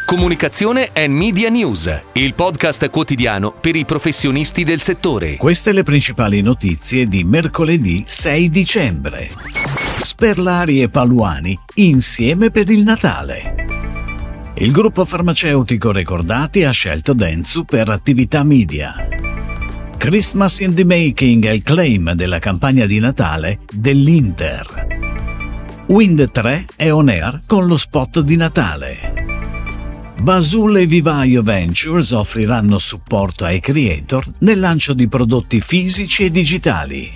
Comunicazione e Media News, il podcast quotidiano per i professionisti del settore. Queste le principali notizie di mercoledì 6 dicembre. Sperlari e Paluani insieme per il Natale. Il gruppo farmaceutico Recordati ha scelto Dentsu per attività media. Christmas in the Making è il claim della campagna di Natale dell'Inter. Wind 3 è on air con lo spot di Natale. Basul e Vivaio Ventures offriranno supporto ai creator nel lancio di prodotti fisici e digitali.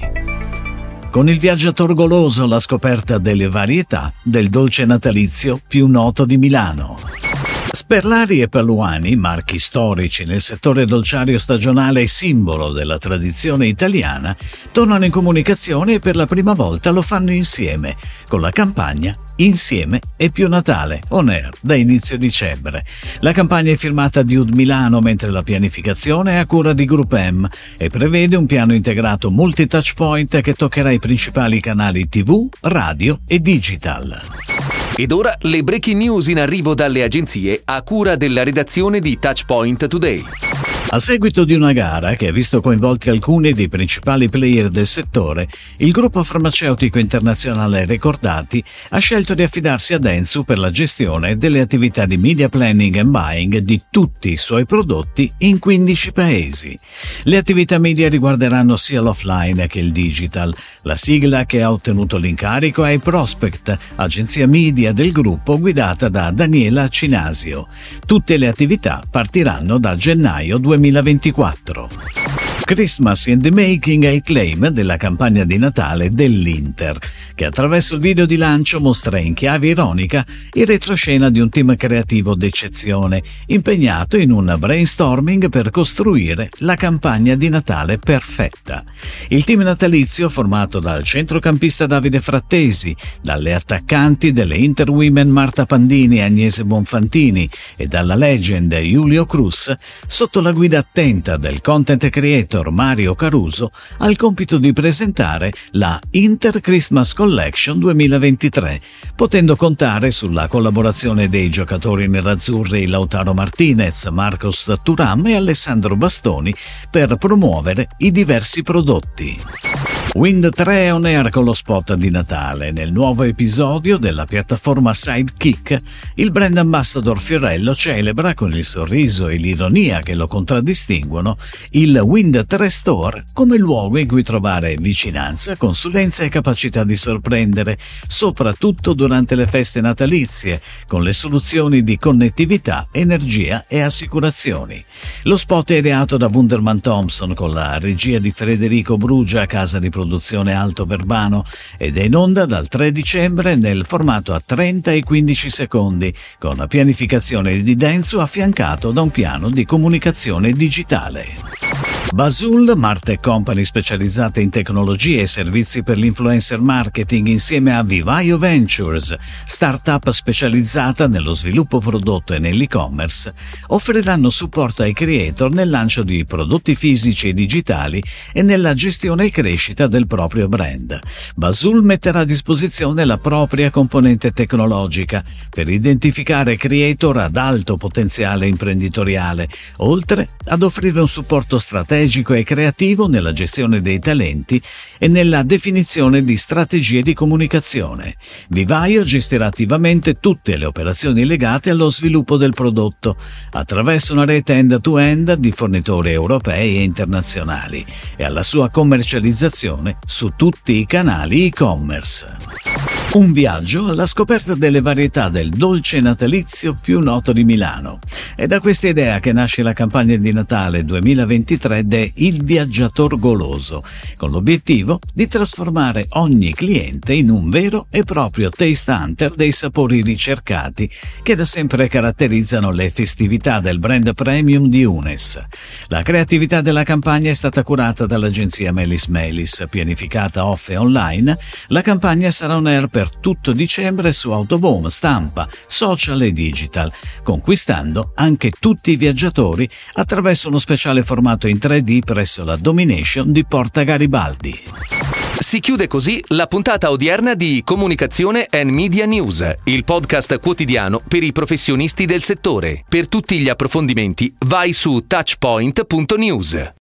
Con il viaggiator goloso la scoperta delle varietà del dolce natalizio più noto di Milano. Sperlari e Paluani, marchi storici nel settore dolciario stagionale e simbolo della tradizione italiana, tornano in comunicazione e per la prima volta lo fanno insieme, con la campagna Insieme e più Natale, on air da inizio dicembre. La campagna è firmata di Ud Milano, mentre la pianificazione è a cura di Group M e prevede un piano integrato multi-touchpoint che toccherà i principali canali TV, radio e digital. Ed ora le breaking news in arrivo dalle agenzie a cura della redazione di Touchpoint Today. A seguito di una gara che ha visto coinvolti alcuni dei principali player del settore, il gruppo farmaceutico internazionale Recordati ha scelto di affidarsi a Dentsu per la gestione delle attività di media planning and buying di tutti i suoi prodotti in 15 paesi. Le attività media riguarderanno sia l'offline che il digital. La sigla che ha ottenuto l'incarico è Prospect, agenzia media del gruppo guidata da Daniela Cinasio. Tutte le attività partiranno da gennaio 2024. Christmas in the Making è il claim della campagna di Natale dell'Inter, che attraverso il video di lancio mostra in chiave ironica il retroscena di un team creativo d'eccezione, impegnato in un brainstorming per costruire la campagna di Natale perfetta. Il team natalizio, formato dal centrocampista Davide Frattesi, dalle attaccanti delle Inter Women Marta Pandini e Agnese Bonfantini e dalla legend Julio Cruz, sotto la guida attenta del content creator Mario Caruso, ha il compito di presentare la Inter Christmas Collection 2023, potendo contare sulla collaborazione dei giocatori nerazzurri Lautaro Martinez, Marcos Thuram e Alessandro Bastoni per promuovere i diversi prodotti. Wind 3 è on air con lo spot di Natale. Nel nuovo episodio della piattaforma Sidekick, il brand ambassador Fiorello celebra, con il sorriso e l'ironia che lo contraddistinguono, il Wind 3 Store come luogo in cui trovare vicinanza, consulenza e capacità di sorprendere, soprattutto durante le feste natalizie, con le soluzioni di connettività, energia e assicurazioni. Lo spot è ideato da Wunderman Thompson con la regia di Federico Brugia, casa di produzione Alto Verbano, ed è in onda dal 3 dicembre nel formato a 30 e 15 secondi, con la pianificazione di Dentsu affiancato da un piano di comunicazione digitale. Basul, Marte Company specializzata in tecnologie e servizi per l'influencer marketing, insieme a Vivaio Ventures, startup specializzata nello sviluppo prodotto e nell'e-commerce, offriranno supporto ai creator nel lancio di prodotti fisici e digitali e nella gestione e crescita del proprio brand. Basul metterà a disposizione la propria componente tecnologica per identificare creator ad alto potenziale imprenditoriale, oltre ad offrire un supporto strategico e creativo nella gestione dei talenti e nella definizione di strategie di comunicazione. Vivaio gestirà attivamente tutte le operazioni legate allo sviluppo del prodotto attraverso una rete end-to-end di fornitori europei e internazionali e alla sua commercializzazione su tutti i canali e-commerce. Un viaggio alla scoperta delle varietà del dolce natalizio più noto di Milano. È da questa idea che nasce la campagna di Natale 2023 de Il Viaggiator Goloso, con l'obiettivo di trasformare ogni cliente in un vero e proprio taste hunter dei sapori ricercati che da sempre caratterizzano le festività del brand premium di Unes. La creatività della campagna è stata curata dall'agenzia Melis Melis, pianificata off e online. La campagna sarà on air per tutto dicembre su out of home, stampa, social e digital, conquistando anche tutti i viaggiatori attraverso uno speciale formato in 3D presso la Domination di Porta Garibaldi. Si chiude così la puntata odierna di Comunicazione and Media News, il podcast quotidiano per i professionisti del settore. Per tutti gli approfondimenti vai su touchpoint.news.